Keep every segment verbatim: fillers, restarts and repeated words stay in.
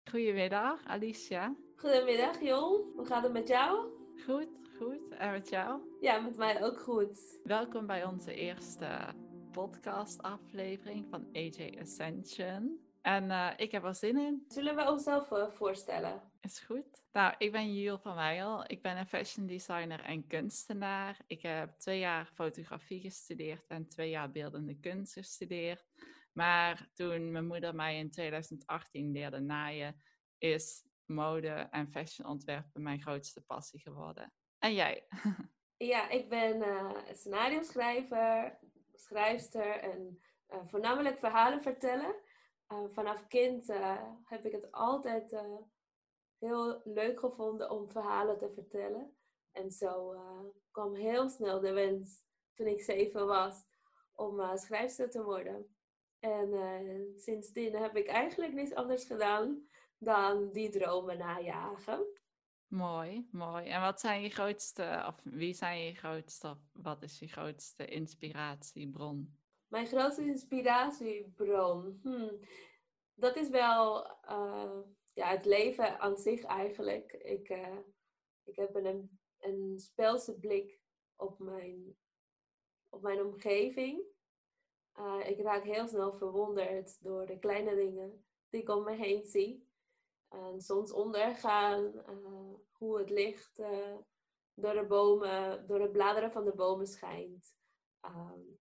Goedemiddag, Alicia. Goedemiddag, Jol. Hoe gaat het met jou? Goed, goed. En met jou? Ja, met mij ook goed. Welkom bij onze eerste podcastaflevering van A J Ascension. En uh, ik heb er zin in. Zullen we onszelf uh, voorstellen? Is goed. Nou, ik ben Jules van Weijel. Ik ben een fashion designer en kunstenaar. Ik heb twee jaar fotografie gestudeerd en twee jaar beeldende kunst gestudeerd. Maar toen mijn moeder mij in twintig achttien leerde naaien, is mode en fashionontwerpen mijn grootste passie geworden. En jij? Ja, ik ben uh, scenario schrijver, schrijfster en uh, voornamelijk verhalen vertellen. Uh, vanaf kind uh, heb ik het altijd uh, heel leuk gevonden om verhalen te vertellen. En zo uh, kwam heel snel de wens, toen ik zeven was, om uh, schrijfster te worden. En uh, sindsdien heb ik eigenlijk niets anders gedaan dan die dromen najagen. Mooi, mooi. En wat zijn je grootste, of wie zijn je grootste, of wat is je grootste inspiratiebron? Mijn grootste inspiratiebron. Hmm. Dat is wel uh, ja, het leven aan zich eigenlijk. Ik, uh, ik heb een, een speelse blik op mijn, op mijn omgeving. Uh, ik raak heel snel verwonderd door de kleine dingen die ik om me heen zie. En zonsondergaan, uh, hoe het licht uh, door de bomen, door de bladeren van de bomen schijnt. Um,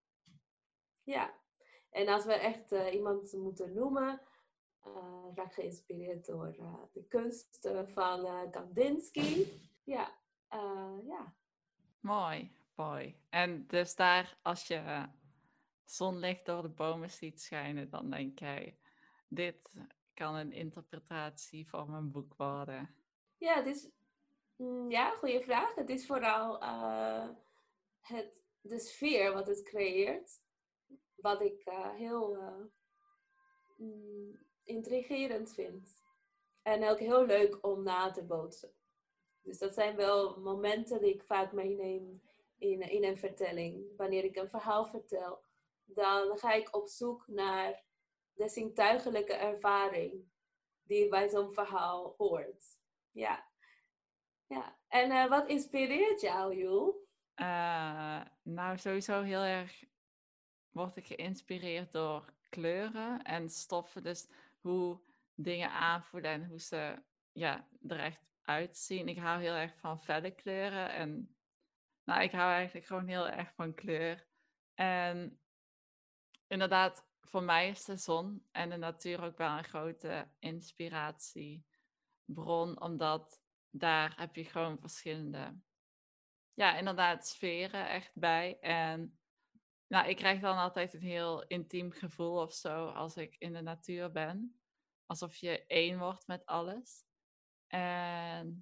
ja, en als we echt uh, iemand moeten noemen, uh, raak geïnspireerd door uh, de kunst uh, van uh, Kandinsky. Ja, uh, ja. Mooi, mooi. En dus daar, als je zonlicht door de bomen ziet schijnen, dan denk jij, dit kan een interpretatie voor mijn boek worden. Ja, het is, mm, ja, goede vraag. Het is vooral uh, het, de sfeer wat het creëert, wat ik uh, heel uh, mm, intrigerend vind. En ook heel leuk om na te bootsen. Dus dat zijn wel momenten die ik vaak meeneem in, in een vertelling. Wanneer ik een verhaal vertel, dan ga ik op zoek naar de zintuigelijke ervaring die bij zo'n verhaal hoort. Ja, ja. En uh, wat inspireert jou, Joel? Uh, nou, sowieso heel erg word ik geïnspireerd door kleuren en stoffen. Dus hoe dingen aanvoelen en hoe ze ja, er echt uitzien. Ik hou heel erg van felle kleuren en nou, ik hou eigenlijk gewoon heel erg van kleur. En inderdaad, voor mij is de zon en de natuur ook wel een grote inspiratiebron, omdat daar heb je gewoon verschillende, ja, inderdaad, sferen echt bij. En nou, ik krijg dan altijd een heel intiem gevoel of zo als ik in de natuur ben. Alsof je één wordt met alles. En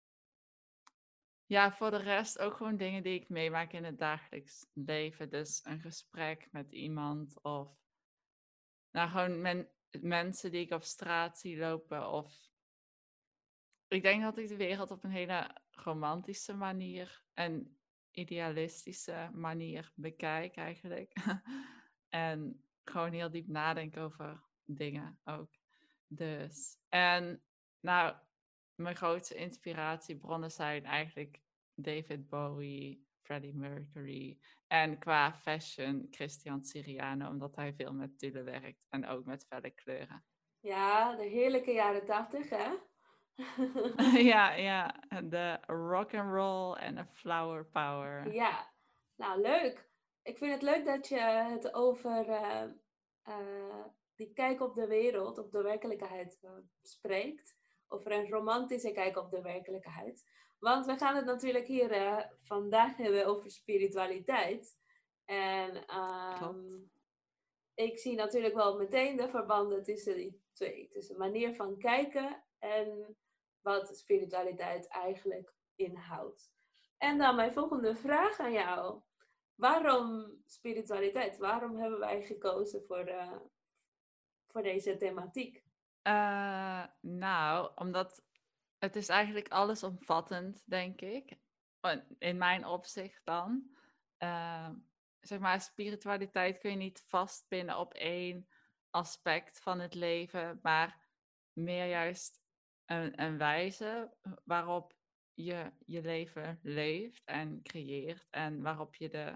ja, voor de rest ook gewoon dingen die ik meemaak in het dagelijks leven. Dus een gesprek met iemand of nou, gewoon men, mensen die ik op straat zie lopen. Of ik denk dat ik de wereld op een hele romantische manier en idealistische manier bekijk eigenlijk. En gewoon heel diep nadenken over dingen ook. Dus, en nou, mijn grootste inspiratiebronnen zijn eigenlijk David Bowie, Freddie Mercury en qua fashion Christian Siriano, omdat hij veel met tulle werkt en ook met felle kleuren. Ja, de heerlijke jaren tachtig, hè? Ja, ja, de rock and roll en de flower power. Ja, nou leuk. Ik vind het leuk dat je het over uh, uh, die kijk op de wereld, op de werkelijkheid uh, spreekt. Over een romantische kijk op de werkelijkheid. Want we gaan het natuurlijk hier uh, vandaag hebben over spiritualiteit. En Klopt. um, ik zie natuurlijk wel meteen de verbanden tussen die twee. Tussen manier van kijken en wat spiritualiteit eigenlijk inhoudt. En dan mijn volgende vraag aan jou. Waarom spiritualiteit? Waarom hebben wij gekozen voor, uh, voor deze thematiek? Uh, nou, omdat het is eigenlijk allesomvattend, denk ik. In mijn opzicht dan. Uh, zeg maar, spiritualiteit kun je niet vastpinnen op één aspect van het leven. Maar meer juist een, een wijze waarop je je leven leeft en creëert en waarop je de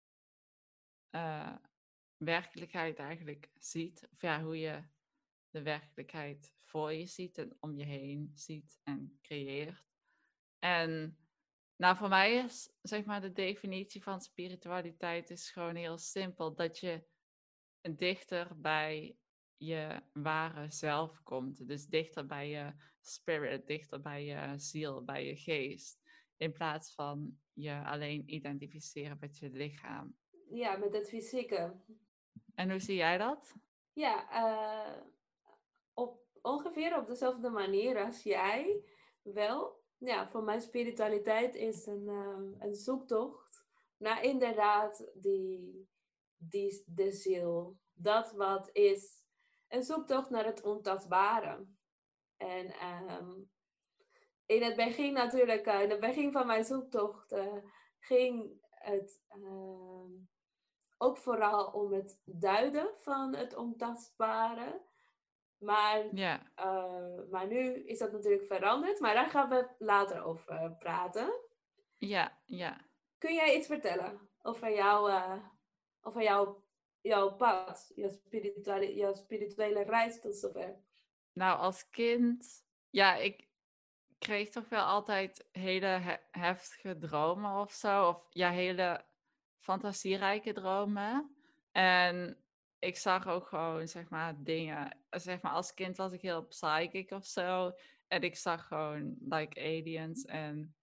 eh, werkelijkheid eigenlijk ziet. Of ja, hoe je de werkelijkheid voor je ziet en om je heen ziet en creëert. En nou, voor mij is zeg maar de definitie van spiritualiteit is gewoon heel simpel. Dat je dichter bij je ware zelf komt. Dus dichter bij je spirit, dichter bij je ziel, bij je geest. In plaats van je alleen identificeren met je lichaam. Ja, met het fysieke. En hoe zie jij dat? Ja, eh, op ongeveer op dezelfde manier als jij wel. Ja, voor mij spiritualiteit is een, eh, een zoektocht naar inderdaad die, die, de ziel. Dat wat is. Een zoektocht naar het ontastbare. En ehm, in het begin natuurlijk, eh, in het begin van mijn zoektocht eh, ging het ehm, ook vooral om het duiden van het ontastbare. Maar, Ja, eh, maar nu is dat natuurlijk veranderd, maar daar gaan we later over praten. ja, ja. Kun jij iets vertellen over, jou, eh, over jouw, jouw pad, jouw spirituele, jouw spirituele reis tot zover? Nou, als kind, ja, ik kreeg toch wel altijd hele he- heftige dromen of zo. Of ja, hele fantasierijke dromen. En ik zag ook gewoon, zeg maar, dingen. Zeg maar, als kind was ik heel psychic of zo. En ik zag gewoon, like, aliens en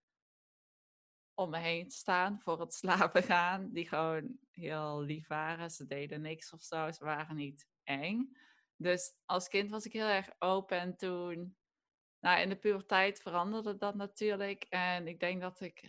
om me heen staan voor het slapen gaan. Die gewoon heel lief waren. Ze deden niks of zo. Ze waren niet eng. Dus als kind was ik heel erg open en toen nou, in de puberteit veranderde dat natuurlijk. En ik denk dat ik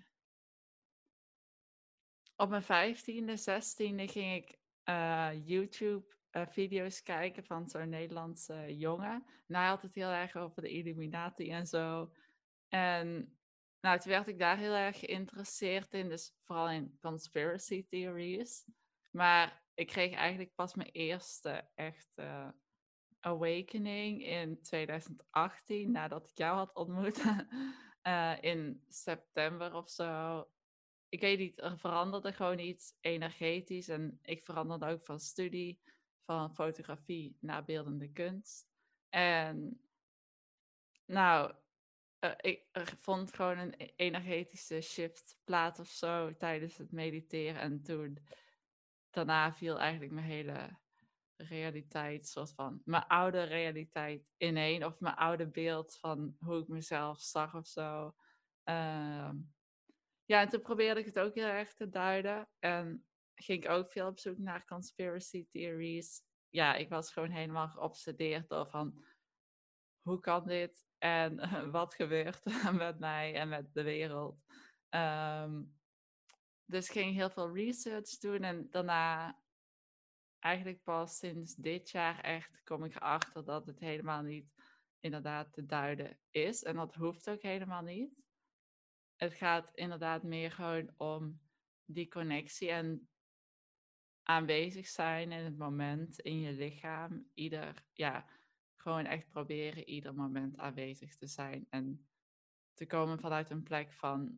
op mijn vijftiende, zestiende ging ik eh, YouTube-video's kijken van zo'n Nederlandse jongen. En hij had het heel erg over de Illuminati en zo. En nou, toen werd ik daar heel erg geïnteresseerd in, dus vooral in conspiracy theories. Maar ik kreeg eigenlijk pas mijn eerste echte awakening in tweeduizend achttien, nadat ik jou had ontmoet. Eh, in september of zo. Ik weet niet, er veranderde gewoon iets energetisch. En ik veranderde ook van studie, van fotografie naar beeldende kunst. En nou, eh, ik er vond gewoon een e- energetische shift plaats of zo tijdens het mediteren. En toen, daarna viel eigenlijk mijn hele realiteit, soort van mijn oude realiteit ineen. Of mijn oude beeld van hoe ik mezelf zag of zo. Ehm, ja, en toen probeerde ik het ook heel erg te duiden. En ging ik ook veel op zoek naar conspiracy theories. Ja, ik was gewoon helemaal geobsedeerd door van hoe kan dit en wat gebeurt er met mij en met de wereld. Ehm, dus ik ging heel veel research doen en daarna eigenlijk pas sinds dit jaar echt kom ik erachter dat het helemaal niet inderdaad te duiden is. En dat hoeft ook helemaal niet. Het gaat inderdaad meer gewoon om die connectie en aanwezig zijn in het moment, in je lichaam. Ieder, ja, gewoon echt proberen ieder moment aanwezig te zijn. En te komen vanuit een plek van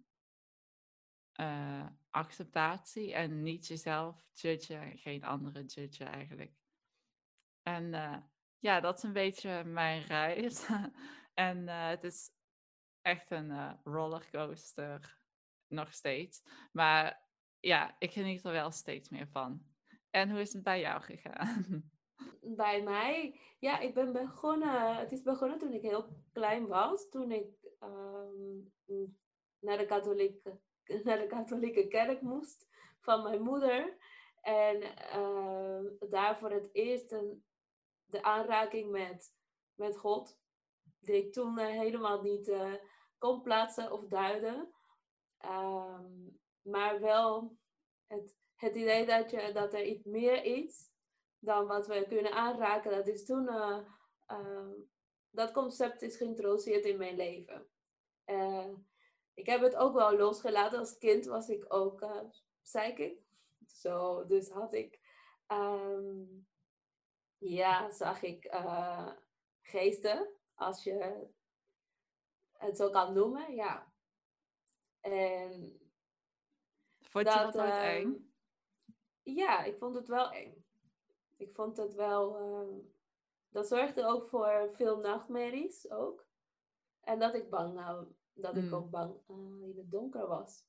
eh, acceptatie en niet jezelf judgen, geen anderen judgen eigenlijk. En eh, ja, dat is een beetje mijn reis. en eh, het is echt een eh, rollercoaster, nog steeds. Maar ja, ik geniet er wel steeds meer van. En hoe is het bij jou gegaan? Bij mij, ja, ik ben begonnen, het is begonnen toen ik heel klein was, toen ik ehm, naar de katholieke, naar de katholieke kerk moest van mijn moeder. En ehm, daar voor het eerst een, de aanraking met, met God, die ik toen eh, helemaal niet eh, kon plaatsen of duiden. Ehm, maar wel het, het idee dat, je, dat er iets meer is dan wat we kunnen aanraken. Dat is toen, eh, eh, dat concept is geïntroduceerd in mijn leven. Eh, ik heb het ook wel losgelaten. Als kind was ik ook uh, psychic. Zo, dus had ik, ehm, ja, zag ik uh, geesten. als je het zo kan noemen, ja. En Vond je dat, dat nooit ehm, eng? ja, ik vond het wel eng. Ik vond het wel, ehm, dat zorgde ook voor veel nachtmerries ook. En dat ik bang, nou, dat ik Mm, ook bang eh, in het donker was.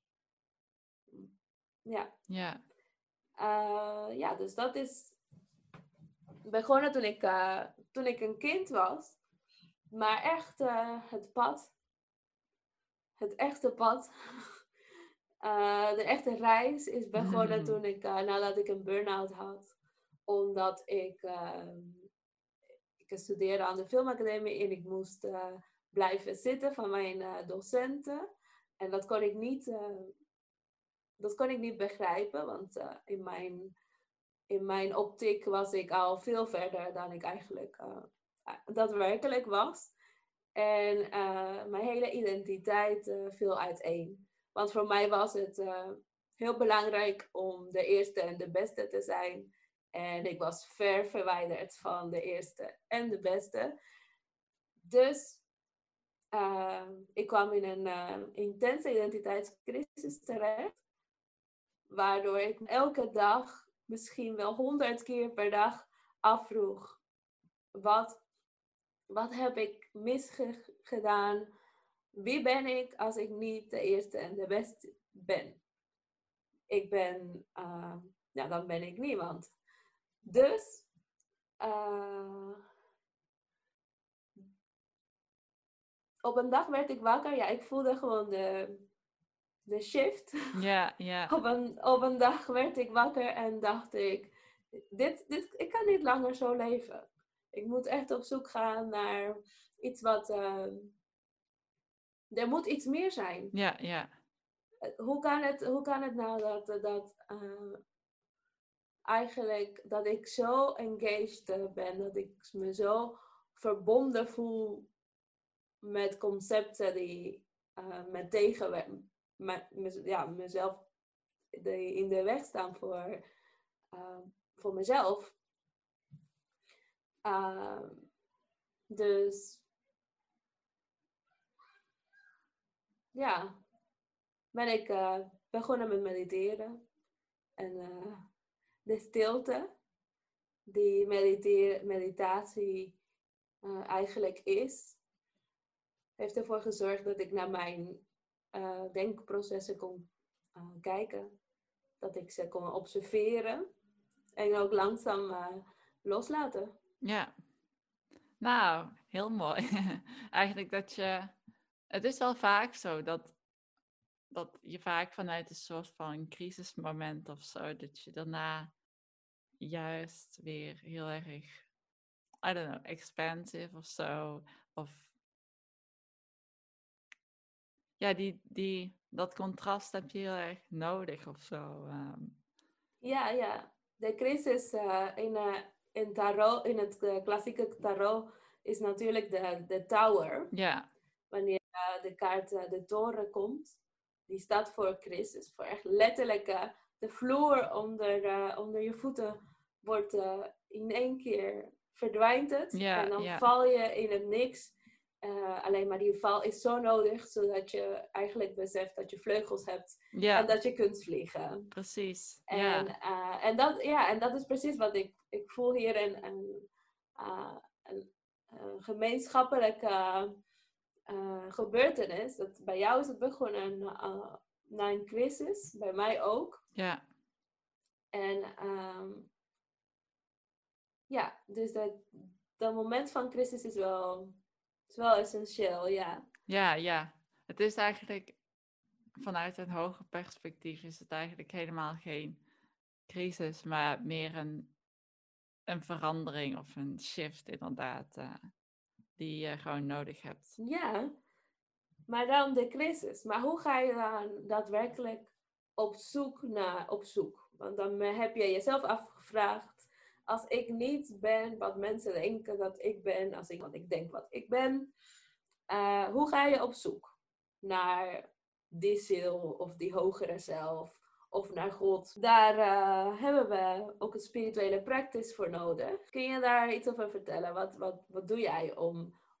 Ja. ja. Eh, ja, dus dat is begonnen toen ik, eh, toen ik een kind was. Maar echt eh, het pad, het echte pad, eh, de echte reis is begonnen toen ik, eh, nadat ik een burn-out had. Omdat ik, eh, ik studeerde aan de filmacademie en ik moest eh, blijven zitten van mijn eh, docenten. En dat kon ik niet, eh, dat kon ik niet begrijpen, want uh, in, mijn, in mijn optiek was ik al veel verder dan ik eigenlijk uh, daadwerkelijk was. En uh, mijn hele identiteit uh, viel uiteen. Want voor mij was het uh, heel belangrijk om de eerste en de beste te zijn. En ik was ver verwijderd van de eerste en de beste. Dus uh, ik kwam in een uh, intense identiteitscrisis terecht. Waardoor ik elke dag, misschien wel honderd keer per dag, afvroeg. Wat, wat heb ik misgedaan? Wie ben ik als ik niet de eerste en de beste ben? Ik ben, uh, ja, dan ben ik niemand. Dus, uh, op een dag werd ik wakker. Ja, ik voelde gewoon de, de shift. Ja, ja. Op een, op een dag werd ik wakker en dacht ik, dit, dit, ik kan niet langer zo leven. Ik moet echt op zoek gaan naar iets wat, uh, er moet iets meer zijn. Ja, ja. Hoe kan het, hoe kan het nou dat, dat uh, eigenlijk, dat ik zo engaged ben, dat ik me zo verbonden voel met concepten die uh, me tegen, me, me, ja, mezelf de, in de weg staan voor, uh, voor mezelf. Uh, dus ja, ben ik uh, begonnen met mediteren. En uh, de stilte die mediteer, meditatie uh, eigenlijk is, heeft ervoor gezorgd dat ik naar mijn uh, denkprocessen kon uh, kijken. Dat ik ze kon observeren en ook langzaam uh, loslaten. Ja. Nou, heel mooi. Eigenlijk dat je... Het is wel vaak zo dat, dat je vaak vanuit een soort van crisismoment of zo, dat je daarna juist weer heel erg, I don't know, expansive of zo. Of ja, die, die, dat contrast heb je heel erg nodig of zo. Um. Ja, ja. De crisis uh, in, uh, in, tarot, in het uh, klassieke tarot is natuurlijk de, de tower. Ja. Wanneer uh, de kaart uh, de toren komt. Die staat voor crisis. Voor echt letterlijk uh, de vloer onder, uh, onder je voeten wordt uh, in één keer verdwijnt het. Ja, en dan ja. val je in het niks. Uh, alleen maar die val is zo nodig, zodat je eigenlijk beseft dat je vleugels hebt Ja. en dat je kunt vliegen. Precies. En, ja. uh, en, dat, ja, en dat is precies wat ik, ik voel hier een, een, uh, een, een gemeenschappelijke uh, gebeurtenis. Dat bij jou is het begonnen uh, na een crisis, bij mij ook. Ja. En um, ja, dus dat, dat moment van crisis is wel, is wel essentieel, ja. Ja, ja. Het is eigenlijk, vanuit een hoger perspectief is het eigenlijk helemaal geen crisis, maar meer een, een verandering of een shift inderdaad, uh, die je gewoon nodig hebt. Ja, maar dan de crisis. Maar hoe ga je dan daadwerkelijk op zoek naar op zoek? Want dan heb je jezelf afgevraagd, als ik niet ben wat mensen denken dat ik ben, als ik wat ik denk wat ik ben, uh, hoe ga je op zoek naar die ziel of die hogere zelf of naar God? Daar uh, hebben we ook een spirituele practice voor nodig. Kun je daar iets over vertellen? Wat, wat, wat doe jij om,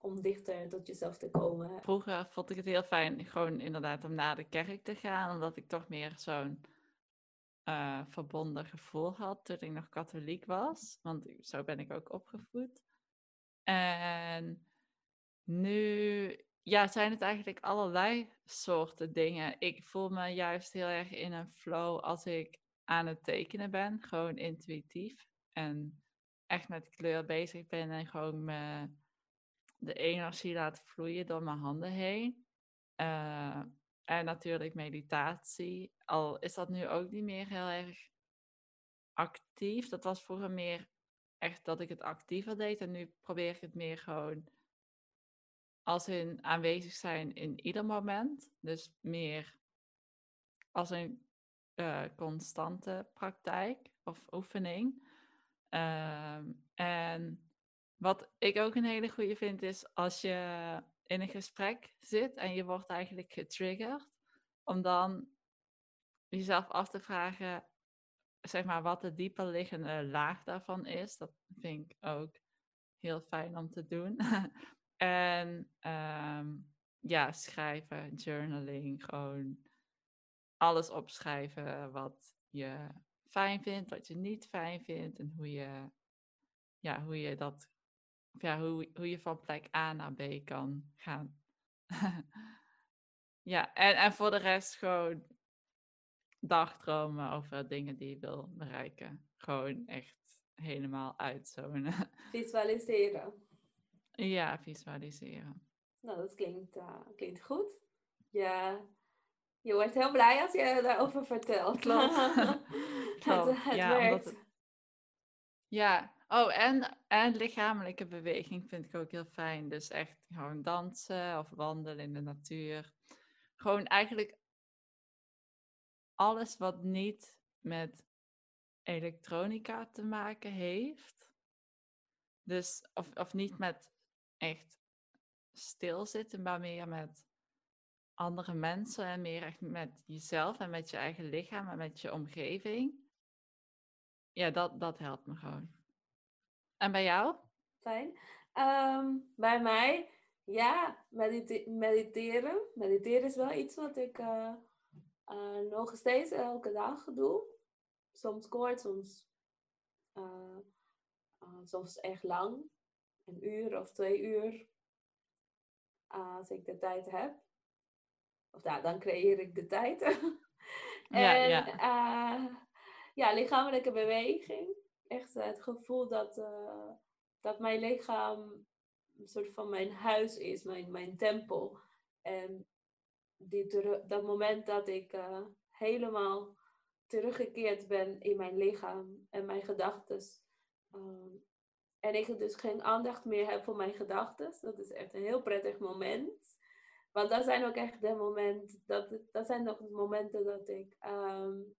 om dichter tot jezelf te komen? Vroeger vond ik het heel fijn gewoon inderdaad om naar de kerk te gaan, omdat ik toch meer zo'n uh, verbonden gevoel had toen ik nog katholiek was. Want zo ben ik ook opgevoed. En nu ja, zijn het eigenlijk allerlei soorten dingen. Ik voel me juist heel erg in een flow als ik aan het tekenen ben, gewoon intuïtief. En echt met kleur bezig ben en gewoon me, de energie laat vloeien door mijn handen heen. Uh, en natuurlijk meditatie. Al is dat nu ook niet meer heel erg actief. Dat was vroeger meer echt dat ik het actiever deed. En nu probeer ik het meer gewoon als in aanwezig zijn in ieder moment. Dus meer als een uh, constante praktijk of oefening. Uh, en wat ik ook een hele goede vind is als je in een gesprek zit en je wordt eigenlijk getriggerd. Om dan jezelf af te vragen, zeg maar, wat de dieper liggende laag daarvan is. Dat vind ik ook heel fijn om te doen. en um, ja, schrijven, journaling, gewoon alles opschrijven wat je fijn vindt, wat je niet fijn vindt en hoe je, ja, hoe je dat, of ja, hoe, hoe je van plek A naar B kan gaan. ja, en, en voor de rest gewoon dagdromen over dingen die je wil bereiken. Gewoon echt helemaal uitzonen. Visualiseren. Ja, visualiseren. Nou, dat klinkt, uh, klinkt goed. Ja, je wordt heel blij als je daarover vertelt. Klopt. Klopt. het, het ja, werkt. Het... Ja, oh, en, en lichamelijke beweging vind ik ook heel fijn. Dus echt gewoon dansen of wandelen in de natuur. Gewoon eigenlijk alles wat niet met elektronica te maken heeft. Dus, of, of niet met echt stilzitten, maar meer met andere mensen en meer echt met jezelf en met je eigen lichaam en met je omgeving. Ja, dat, dat helpt me gewoon. En bij jou? Fijn. Um, bij mij, ja, medite- mediteren. Mediteren is wel iets wat ik uh, uh, nog steeds elke dag doe. Soms kort, soms, uh, uh, soms echt lang. Een uur of twee uur. Uh, als ik de tijd heb. Of ja, dan creëer ik de tijd. Ja, en ja. Uh, ja, lichamelijke beweging. Echt het gevoel dat, uh, dat mijn lichaam een soort van mijn huis is, mijn, mijn tempel. En die ter- dat moment dat ik uh, helemaal teruggekeerd ben in mijn lichaam en mijn gedachten. Um, en ik dus geen aandacht meer heb voor mijn gedachten. Dat is echt een heel prettig moment. Want dat zijn ook echt de momenten, dat, dat zijn ook de momenten dat ik, um,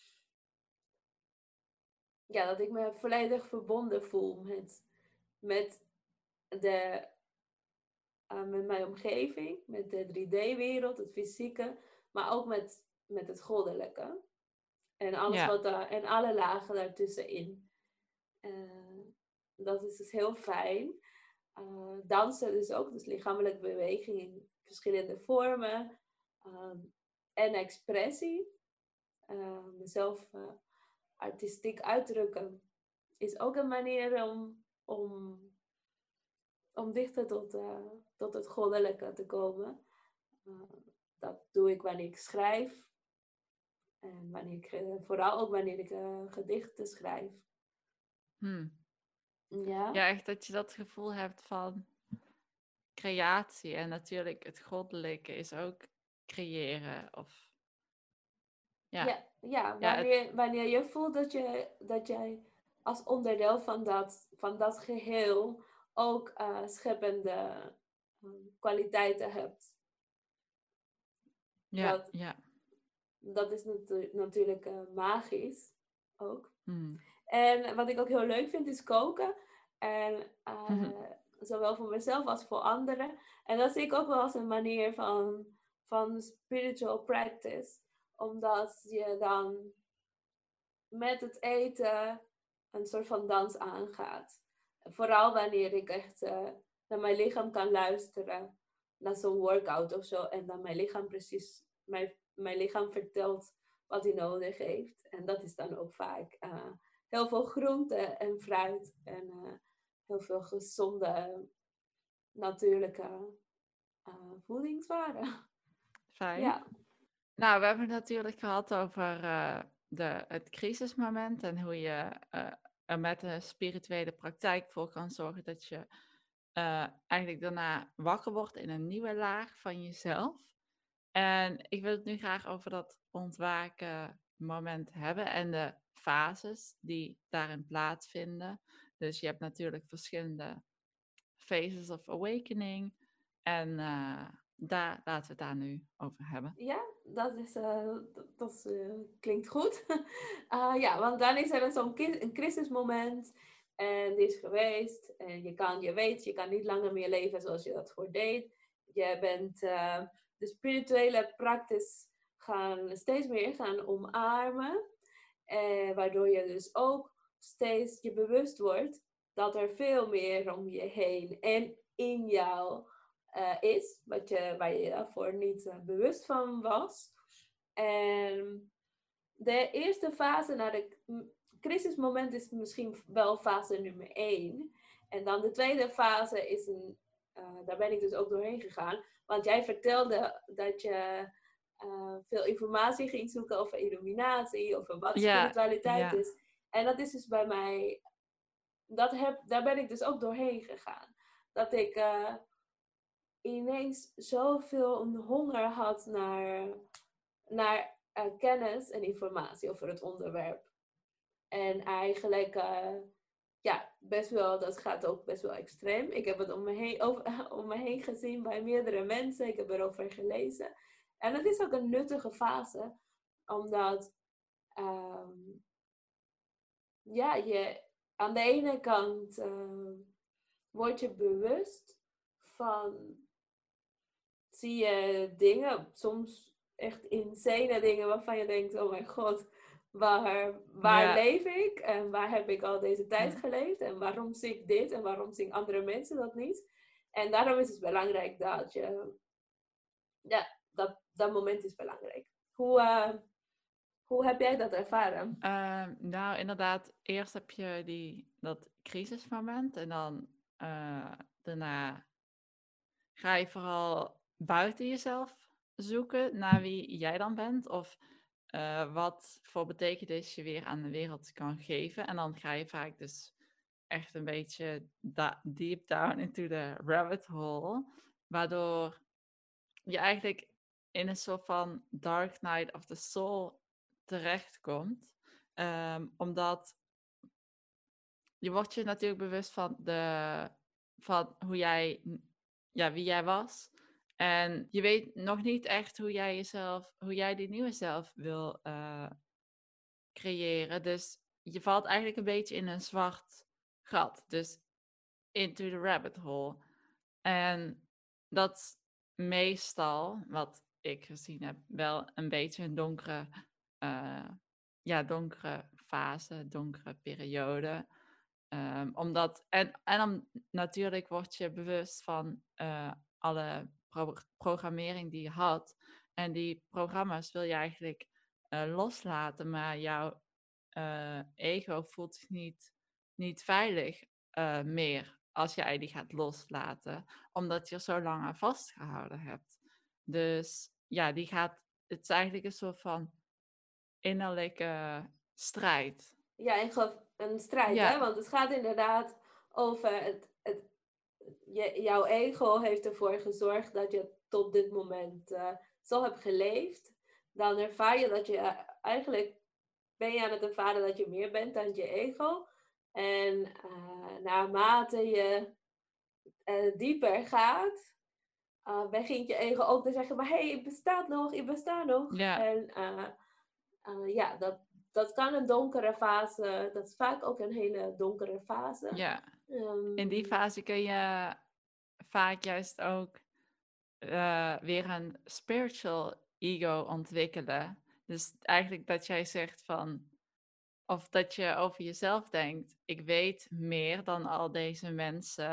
ja, dat ik me volledig verbonden voel met, met, de, uh, met mijn omgeving, met de drie D-wereld, het fysieke, maar ook met, met het goddelijke. En alles Ja. wat daar, en alle lagen daartussenin. Uh, dat is dus heel fijn. Uh, dansen dus ook, dus lichamelijke beweging in verschillende vormen. Um, en expressie. Uh, mezelf uh, artistiek uitdrukken. Is ook een manier om, om, om dichter tot, uh, tot het goddelijke te komen. Uh, dat doe ik wanneer ik schrijf. En wanneer ik, uh, vooral ook wanneer ik uh, gedichten schrijf. Hmm. Ja. Ja, echt dat je dat gevoel hebt van creatie. En natuurlijk het goddelijke is ook creëren. Of... Ja. Ja, ja, ja wanneer, het... wanneer je voelt dat, je, dat jij als onderdeel van dat, van dat geheel ook uh, scheppende uh, kwaliteiten hebt. Ja, Dat, ja. dat is natu- natuurlijk uh, magisch ook. Hmm. En wat ik ook heel leuk vind is koken. En uh, zowel voor mezelf als voor anderen. En dat zie ik ook wel als een manier van, van spiritual practice. Omdat je dan met het eten een soort van dans aangaat. Vooral wanneer ik echt uh, naar mijn lichaam kan luisteren. Naar zo'n workout of zo. En dan mijn lichaam precies, mijn, mijn lichaam vertelt wat hij nodig heeft. En dat is dan ook vaak uh, heel veel groente en fruit. En uh, heel veel gezonde, natuurlijke uh, voedingswaren. Fijn. Ja. Nou, we hebben het natuurlijk gehad over uh, de, het crisismoment en hoe je uh, er met een spirituele praktijk voor kan zorgen dat je uh, eigenlijk daarna wakker wordt in een nieuwe laag van jezelf. En ik wil het nu graag over dat ontwaken moment hebben en de fases die daarin plaatsvinden. Dus je hebt natuurlijk verschillende phases of awakening en uh, daar laten we het daar nu over hebben. Ja, dat, is, uh, dat, dat uh, klinkt goed. uh, ja, want dan is er zo'n ki- een crisismoment en die is geweest. En je, kan, je weet, je kan niet langer meer leven zoals je dat voor deed. Je bent uh, de spirituele practice gaan steeds meer gaan omarmen. Uh, waardoor je dus ook steeds je bewust wordt dat er veel meer om je heen en in jou Uh, is, wat je, waar je daarvoor niet uh, bewust van was. En de eerste fase naar de crisismoment is misschien wel fase nummer één. En dan de tweede fase is een, uh, daar ben ik dus ook doorheen gegaan. Want jij vertelde dat je uh, veel informatie ging zoeken over illuminatie, over wat ja, spiritualiteit ja. is. En dat is dus bij mij, dat heb, daar ben ik dus ook doorheen gegaan. Dat ik uh, ineens zoveel honger had naar, naar uh, kennis en informatie over het onderwerp. En eigenlijk, uh, ja, best wel, dat gaat ook best wel extreem. Ik heb het om me, heen, over, om me heen gezien bij meerdere mensen. Ik heb erover gelezen. En het is ook een nuttige fase, omdat, um, ja, je aan de ene kant uh, word je bewust van, zie je dingen, soms echt insane dingen waarvan je denkt, oh mijn god, waar, waar ja. leef ik? En waar heb ik al deze tijd Ja. geleefd? En waarom zie ik dit? En waarom zien andere mensen dat niet? En daarom is het belangrijk dat je, ja, dat, dat moment is belangrijk. Hoe, uh, hoe heb jij dat ervaren? Uh, nou, inderdaad, eerst heb je die, dat crisismoment en dan uh, daarna ga je vooral buiten jezelf zoeken naar wie jij dan bent of uh, wat voor betekenis je weer aan de wereld kan geven. En dan ga je vaak dus echt een beetje da- deep down into the rabbit hole, waardoor je eigenlijk in een soort van dark night of the soul terechtkomt. Um, omdat je wordt je natuurlijk bewust van, de, van hoe jij, ja, wie jij was. En je weet nog niet echt hoe jij jezelf, hoe jij die nieuwe zelf wil uh, creëren. Dus je valt eigenlijk een beetje in een zwart gat. Dus into the rabbit hole. En dat is meestal, wat ik gezien heb, wel een beetje een donkere, uh, ja, donkere fase, donkere periode. Um, omdat, en, en dan natuurlijk word je bewust van uh, alle pro- programmering die je had. En die programma's wil je eigenlijk uh, loslaten, maar jouw uh, ego voelt zich niet, niet veilig uh, meer als jij die gaat loslaten, omdat je er zo lang aan vastgehouden hebt. Dus ja, die gaat, het is eigenlijk een soort van innerlijke strijd. Ja, ik geloof een strijd, Ja. hè? Want het gaat inderdaad over het, het, je, jouw ego heeft ervoor gezorgd dat je tot dit moment uh, zo hebt geleefd. Dan ervaar je dat je uh, eigenlijk ben je aan het ervaren dat je meer bent dan je ego. En uh, naarmate je uh, dieper gaat, uh, begint je ego ook te zeggen, maar hé, hey, ik besta nog, ik besta nog. Ja. En uh, uh, ja, dat, dat kan een donkere fase, dat is vaak ook een hele donkere fase. Ja, um, in die fase kun je vaak juist ook uh, weer een spiritual ego ontwikkelen. Dus eigenlijk dat jij zegt van, of dat je over jezelf denkt, ik weet meer dan al deze mensen,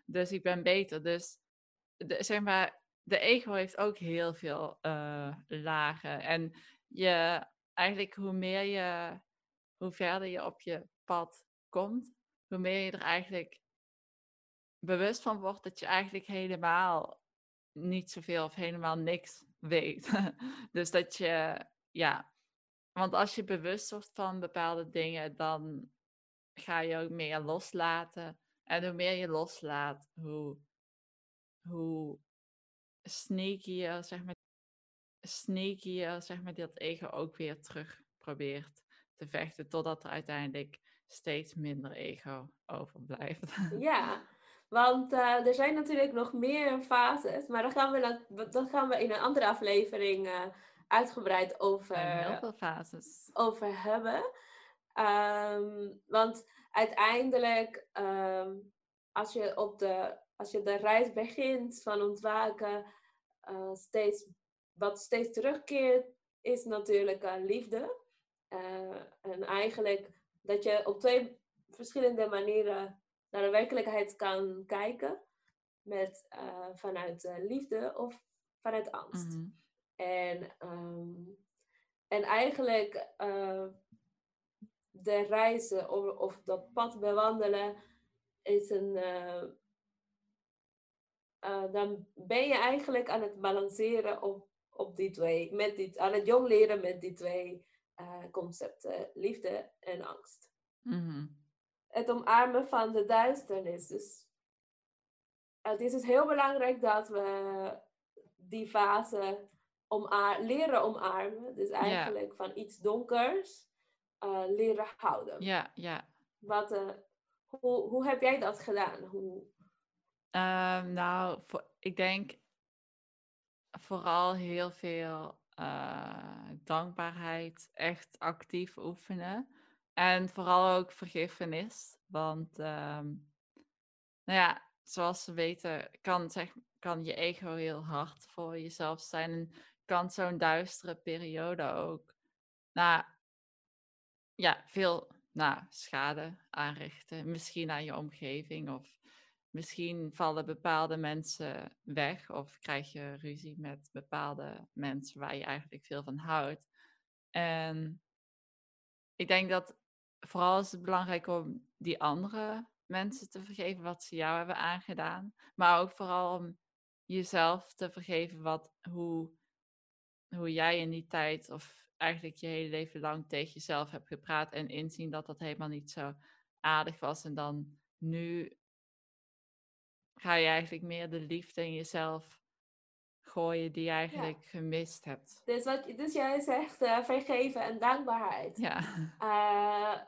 Dus ik ben beter. Dus de, zeg maar, de ego heeft ook heel veel eh, lagen. En je, eigenlijk hoe meer je, hoe verder je op je pad komt, hoe meer je er eigenlijk bewust van wordt dat je eigenlijk helemaal niet zoveel of helemaal niks weet. Dus dat je, ja, want als je bewust wordt van bepaalde dingen, dan ga je ook meer loslaten. En hoe meer je loslaat, hoe, hoe sneakier, zeg maar, sneakier, zeg maar, dat ego ook weer terug probeert te vechten, totdat er uiteindelijk steeds minder ego overblijft. Ja, want eh, er zijn natuurlijk nog meer fases, maar daar gaan we, dat, dat gaan we in een andere aflevering eh, uitgebreid Er zijn heel over, veel fases. over hebben. Ehm, want uiteindelijk, ehm, als, je op de, als je de reis begint van ontwaken, eh, steeds, wat steeds terugkeert, is natuurlijk uh, liefde. Eh, en eigenlijk dat je op twee verschillende manieren naar de werkelijkheid kan kijken. Met, uh, vanuit uh, liefde of vanuit angst. Mhm. En, um, en eigenlijk uh, de reizen of, of dat pad bewandelen is een. Uh, uh, dan ben je eigenlijk aan het balanceren op, op die twee. Met die, aan het jong leren met die twee uh, concepten: liefde en angst. Mhm. Het omarmen van de duisternis. Dus het is dus heel belangrijk dat we die fase omaar- leren omarmen. Dus Ja, eigenlijk van iets donkers uh, leren houden. ja, ja. Wat, uh, hoe, hoe heb jij dat gedaan? Hoe... Ehm, nou, voor, ik denk vooral heel veel eh, dankbaarheid, echt actief oefenen. En vooral ook vergiffenis. Want, ehm, nou ja, zoals we weten, kan, zeg, kan je ego heel hard voor jezelf zijn. En kan zo'n duistere periode ook, nou ja, veel nou, schade aanrichten. Misschien aan je omgeving of misschien vallen bepaalde mensen weg of krijg je ruzie met bepaalde mensen waar je eigenlijk veel van houdt. En ik denk dat vooral is het belangrijk om die andere mensen te vergeven wat ze jou hebben aangedaan. Maar ook vooral om jezelf te vergeven wat, hoe, hoe jij in die tijd of eigenlijk je hele leven lang tegen jezelf hebt gepraat. En inzien dat dat helemaal niet zo aardig was. En dan nu ga je eigenlijk meer de liefde in jezelf gooien die je Ja. eigenlijk gemist hebt. Dus, wat, dus jij zegt uh, vergeven en dankbaarheid. Ja, Uh,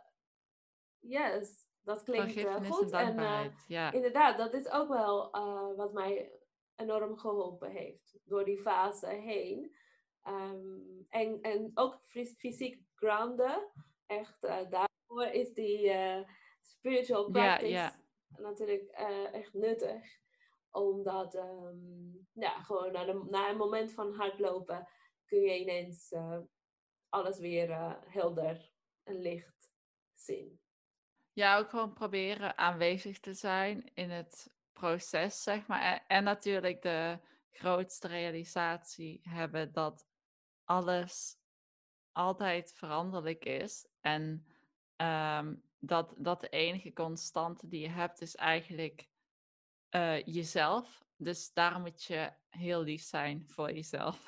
yes, dat klinkt uh, vergiffenis en goed. En uh, dankbaarheid. Ja, inderdaad, dat is ook wel uh, wat mij enorm geholpen heeft. Door die fase heen. Um, en, en ook fys- fysiek grounden. Echt, uh, daarvoor is die uh, spiritual ja, practice ja. natuurlijk uh, echt nuttig. Omdat, um, ja, gewoon na, de, na een moment van hardlopen kun je ineens uh, alles weer uh, helder en licht zien. Ja, ook gewoon proberen aanwezig te zijn in het proces, zeg maar. En, en natuurlijk de grootste realisatie hebben dat alles altijd veranderlijk is. En ehm, dat, dat de enige constante die je hebt is eigenlijk eh, jezelf. Dus daarom moet je heel lief zijn voor jezelf.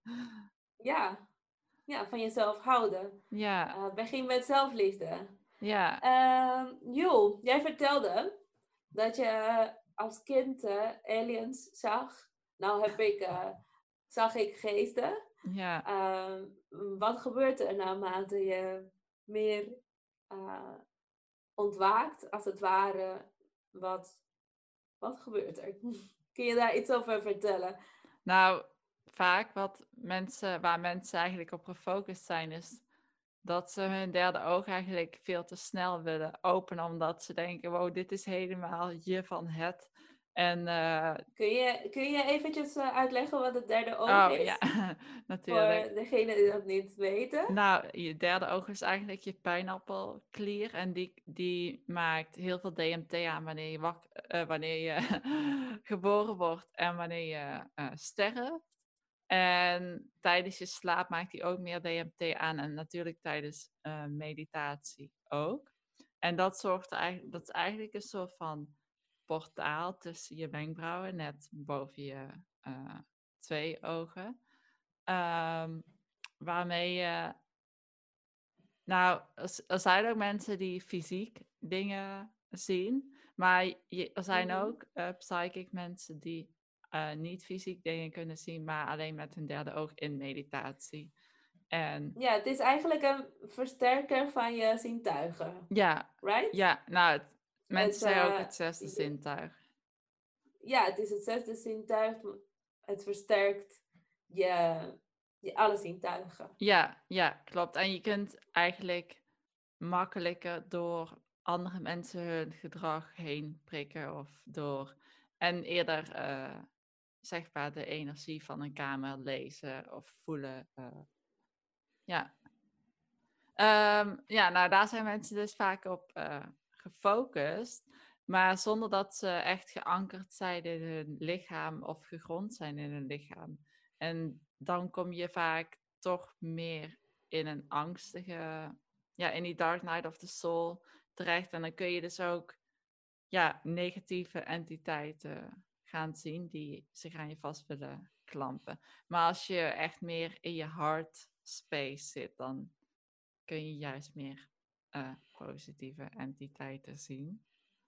Ja, ja, van jezelf houden. Ja, Uh, begin met zelfliefde. ja, Uh, Joel, jij vertelde dat je als kind uh, aliens zag. Nou heb ik, uh, zag ik geesten. ja. Uh, wat gebeurt er naarmate je meer uh, ontwaakt, als het ware? Wat, wat gebeurt er? Kun je daar iets over vertellen? Nou, vaak wat mensen, waar mensen eigenlijk op gefocust zijn, is dat ze hun derde oog eigenlijk veel te snel willen openen, omdat ze denken, wow, dit is helemaal je van het. En, uh, kun, je, kun je eventjes uh, uitleggen wat het derde oog oh ja, is? natuurlijk. Voor degenen die dat niet weten. Nou, je derde oog is eigenlijk je pijnappelklier. En die, die maakt heel veel D M T aan wanneer je, wak, uh, wanneer je geboren wordt en wanneer je uh, sterft. En tijdens je slaap maakt hij ook meer D M T aan. En natuurlijk tijdens uh, meditatie ook. En dat zorgt er eigenlijk, dat is eigenlijk een soort van portaal tussen je wenkbrauwen, net boven je uh, twee ogen. Um, waarmee je... Nou, er zijn ook mensen die fysiek dingen zien. Maar je, er zijn Mm-hmm. ook uh, psychic mensen die uh, niet fysiek dingen kunnen zien, maar alleen met hun derde oog in meditatie. En, ja, het is eigenlijk een versterker van je zintuigen. Ja, Right? Ja, nou, het, mensen Het, zeggen ook uh, het zesde zintuig. Ja, het is het zesde zintuig. Het versterkt je, je alle zintuigen. Ja, ja, klopt. En je kunt eigenlijk makkelijker door andere mensen hun gedrag heen prikken of door... En eerder, uh, zeg maar, de energie van een kamer lezen of voelen. Uh, ja. Um, ja, nou, daar zijn mensen dus vaak op uh, gefocust. Maar zonder dat ze echt geankerd zijn in hun lichaam of gegrond zijn in hun lichaam. En dan kom je vaak toch meer in een angstige... Ja, in die Dark Night of the Soul terecht. En dan kun je dus ook ja, negatieve entiteiten gaan zien die zich aan je vast willen klampen. Maar als je echt meer in je heart space zit, dan kun je juist meer uh, positieve entiteiten zien.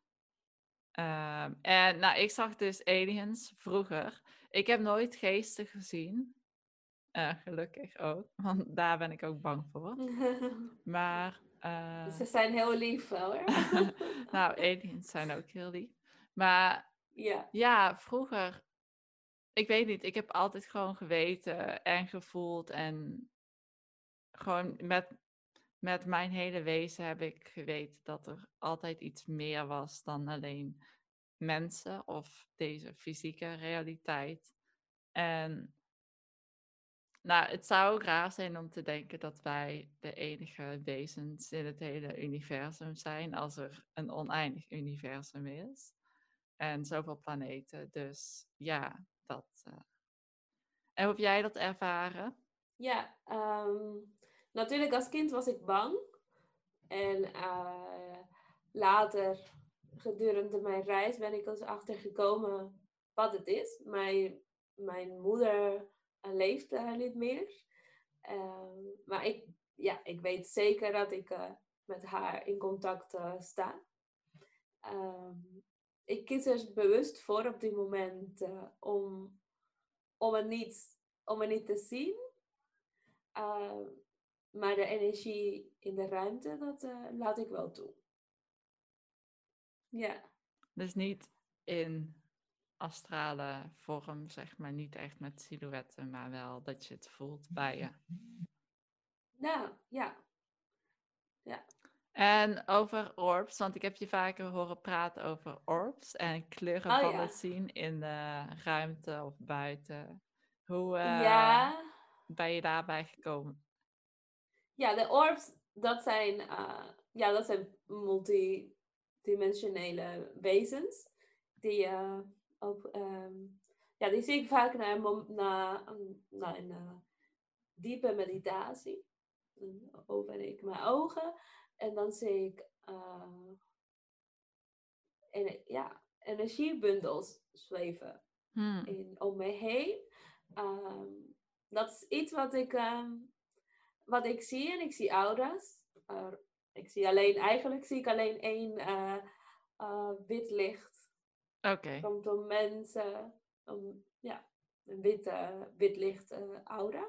Um, en nou, ik zag dus aliens vroeger. Ik heb nooit geesten gezien. Uh, gelukkig ook, want daar ben ik ook bang voor. Maar... Uh... Ze zijn heel lief hoor. nou, aliens zijn ook heel lief. Maar ja. ja, vroeger... Ik weet niet, ik heb altijd gewoon geweten en gevoeld. En gewoon met, met mijn hele wezen heb ik geweten dat er altijd iets meer was dan alleen mensen of deze fysieke realiteit. En nou, het zou ook raar zijn om te denken dat wij de enige wezens in het hele universum zijn als er een oneindig universum is. En zoveel planeten. Dus ja, dat... Uh... En hoe heb jij dat ervaren? Ja, um, natuurlijk als kind was ik bang. En uh, later, gedurende mijn reis, ben ik er achter gekomen wat het is. Mijn, mijn moeder uh, leeft uh, niet meer. Uh, maar ik, ja, ik weet zeker dat ik uh, met haar in contact uh, sta. Um, ik kies er bewust voor op dit moment uh, om, om, het niet, om het niet te zien. Uh, maar de energie in de ruimte, dat uh, laat ik wel toe. Ja. Dus niet in astrale vorm, zeg maar, niet echt met silhouetten, maar wel dat je het voelt bij je. Nou, ja. Ja. En over orbs, want ik heb je vaker horen praten over orbs en kleurenballen Oh, ja. zien in de ruimte of buiten. Hoe uh, ja. ben je daarbij gekomen? Ja, de orbs, dat zijn, uh, ja, dat zijn multidimensionele wezens. Die, uh, op, um, ja, die zie ik vaak na, na, na een uh, diepe meditatie. Dan open ik mijn ogen en dan zie ik uh, en, ja, energiebundels zweven Hmm. in, om me heen. Um, dat is iets wat ik, um, wat ik zie en ik zie aura's. Uh, ik zie alleen, eigenlijk zie ik alleen één uh, uh, wit licht. Oké. Okay. Rondom mensen. Um, ja, een wit, uh, wit licht uh, aura.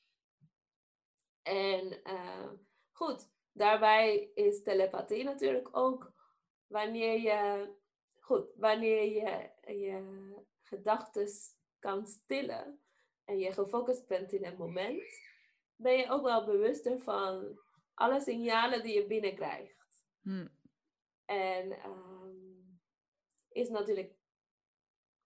En uh, goed, daarbij is telepathie natuurlijk ook wanneer je, goed, wanneer je je gedachten kan stillen en je gefocust bent in het moment, ben je ook wel bewuster van alle signalen die je binnenkrijgt. Hmm. En um, is natuurlijk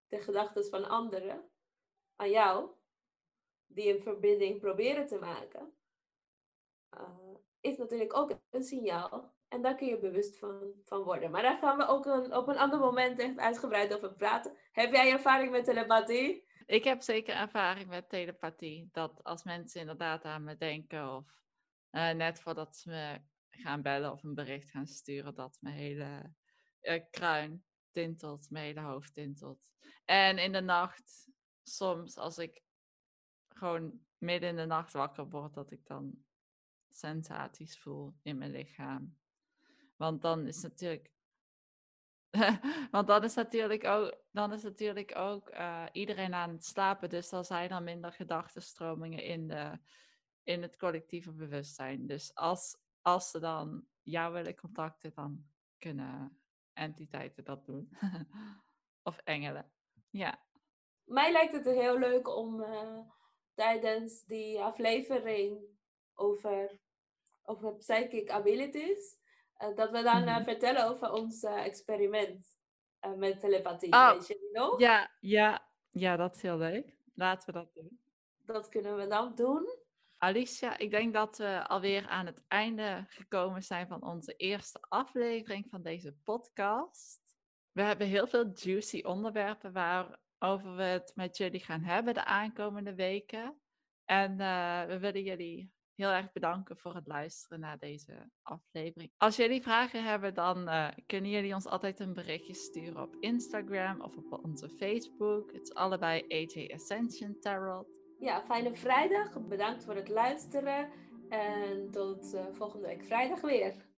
de gedachten van anderen aan jou, die een verbinding proberen te maken, uh, is natuurlijk ook een signaal. En daar kun je bewust van, van worden. Maar daar gaan we ook een, op een ander moment echt uitgebreid over praten. Heb jij ervaring met telepathie? Ik heb zeker ervaring met telepathie. Dat als mensen inderdaad aan me denken of uh, net voordat ze me gaan bellen of een bericht gaan sturen, dat mijn hele uh, kruin tintelt, mijn hele hoofd tintelt. En in de nacht, soms als ik gewoon midden in de nacht wakker word, dat ik dan sensaties voel in mijn lichaam. Want dan is natuurlijk Want dan is natuurlijk ook, dan is natuurlijk ook uh, iedereen aan het slapen. Dus dan zijn er minder gedachtenstromingen in, de, in het collectieve bewustzijn. Dus als, als ze dan jou willen contacten, dan kunnen entiteiten dat doen. Of engelen. Ja. Mij lijkt het heel leuk om uh, tijdens die aflevering over, over psychic abilities, uh, dat we dan uh, Mhm. vertellen over ons uh, experiment uh, met telepathie. Oh, Weet je die nog? ja, ja, ja, dat is heel leuk. Laten we dat doen. Dat kunnen we dan doen. Alicia, ik denk dat we alweer aan het einde gekomen zijn van onze eerste aflevering van deze podcast. We hebben heel veel juicy onderwerpen waarover we het met jullie gaan hebben de aankomende weken. En uh, we willen jullie heel erg bedanken voor het luisteren naar deze aflevering. Als jullie vragen hebben, dan uh, kunnen jullie ons altijd een berichtje sturen op Instagram of op onze Facebook. Het is allebei A J Ascension Tarot. Ja, fijne vrijdag. Bedankt voor het luisteren. En tot uh, volgende week vrijdag weer.